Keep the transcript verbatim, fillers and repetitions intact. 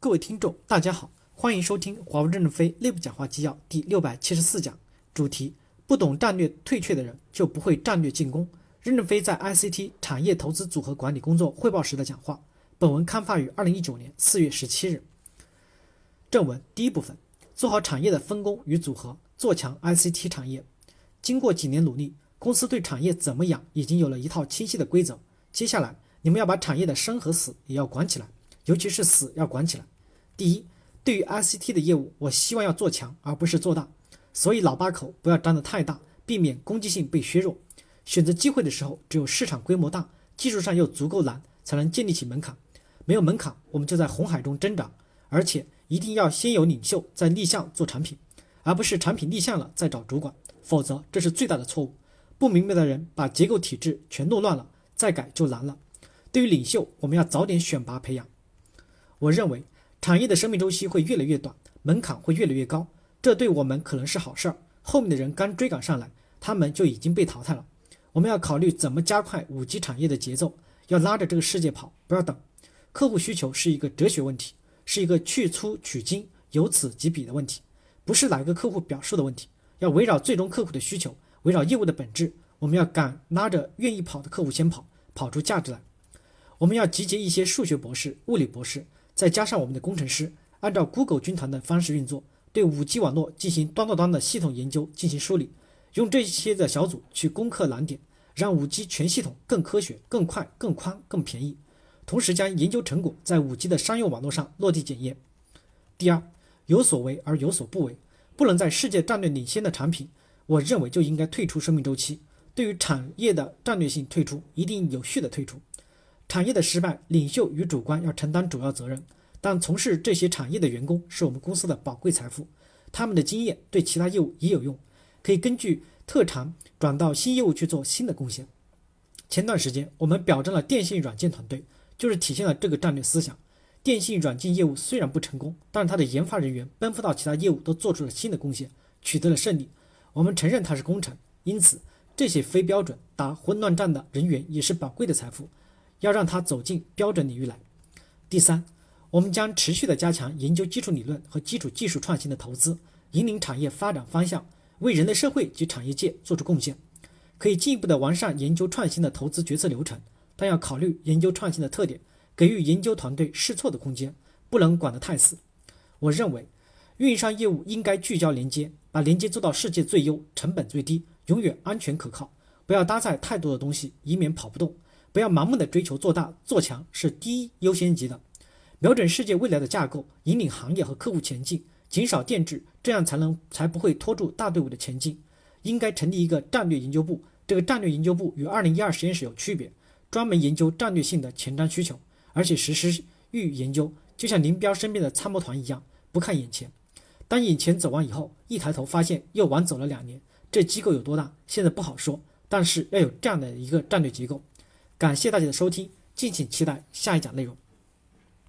各位听众，大家好，欢迎收听华为任正非内部讲话纪要第六百七十四讲，主题：不懂战略退却的人就不会战略进攻。任正非在 I C T 产业投资组合管理工作汇报时的讲话。本文刊发于二零一九年四月十七日。正文第一部分：做好产业的分工与组合，做强 I C T 产业。经过几年努力，公司对产业怎么养已经有了一套清晰的规则。接下来，你们要把产业的生和死也要管起来，尤其是死要管起来。第一，对于 I C T 的业务，我希望要做强，而不是做大，所以老八口不要张得太大，避免攻击性被削弱。选择机会的时候，只有市场规模大，技术上又足够难，才能建立起门槛。没有门槛，我们就在红海中挣扎。而且一定要先有领袖，再立项做产品，而不是产品立项了再找主管，否则这是最大的错误。不明白的人把结构体制全弄乱了，再改就难了。对于领袖，我们要早点选拔培养。我认为产业的生命周期会越来越短，门槛会越来越高，这对我们可能是好事儿。后面的人刚追赶上来，他们就已经被淘汰了。我们要考虑怎么加快 五 G 产业的节奏，要拉着这个世界跑，不要等。客户需求是一个哲学问题，是一个去粗取精、由此及彼的问题，不是哪个客户表述的问题。要围绕最终客户的需求，围绕业务的本质，我们要敢拉着愿意跑的客户先跑，跑出价值来。我们要集结一些数学博士、物理博士，再加上我们的工程师，按照 Google 军团的方式运作，对 五 G 网络进行端到端的系统研究进行梳理，用这些的小组去攻克难点，让 五 G 全系统更科学、更快、更宽、更便宜，同时将研究成果在 五 G 的商用网络上落地检验。第二，有所为而有所不为，不能在世界战略领先的产品，我认为就应该退出生命周期。对于产业的战略性退出，一定有序的退出。产业的失败，领袖与主观要承担主要责任，但从事这些产业的员工是我们公司的宝贵财富，他们的经验对其他业务也有用，可以根据特长转到新业务去做新的贡献。前段时间我们表彰了电信软件团队，就是体现了这个战略思想。电信软件业务虽然不成功，但是它的研发人员奔赴到其他业务都做出了新的贡献，取得了胜利。我们承认它是工程，因此这些非标准打混乱战的人员也是宝贵的财富，要让它走进标准领域来。第三，我们将持续的加强研究基础理论和基础技术创新的投资，引领产业发展方向，为人类社会及产业界做出贡献。可以进一步的完善研究创新的投资决策流程，但要考虑研究创新的特点，给予研究团队试错的空间，不能管得太死。我认为运营商业务应该聚焦连接，把连接做到世界最优，成本最低，永远安全可靠，不要搭载太多的东西，以免跑不动。不要盲目的追求做大做强，是第一优先级的。瞄准世界未来的架构，引领行业和客户前进，减少电制，这样才能才不会拖住大队伍的前进。应该成立一个战略研究部，这个战略研究部与二零一二实验室有区别，专门研究战略性的前瞻需求，而且实施预研究，就像林彪身边的参谋团一样，不看眼前。当眼前走完以后，一抬头发现又晚走了两年，这机构有多大，现在不好说，但是要有这样的一个战略结构。感谢大家的收听，敬请期待下一讲内容。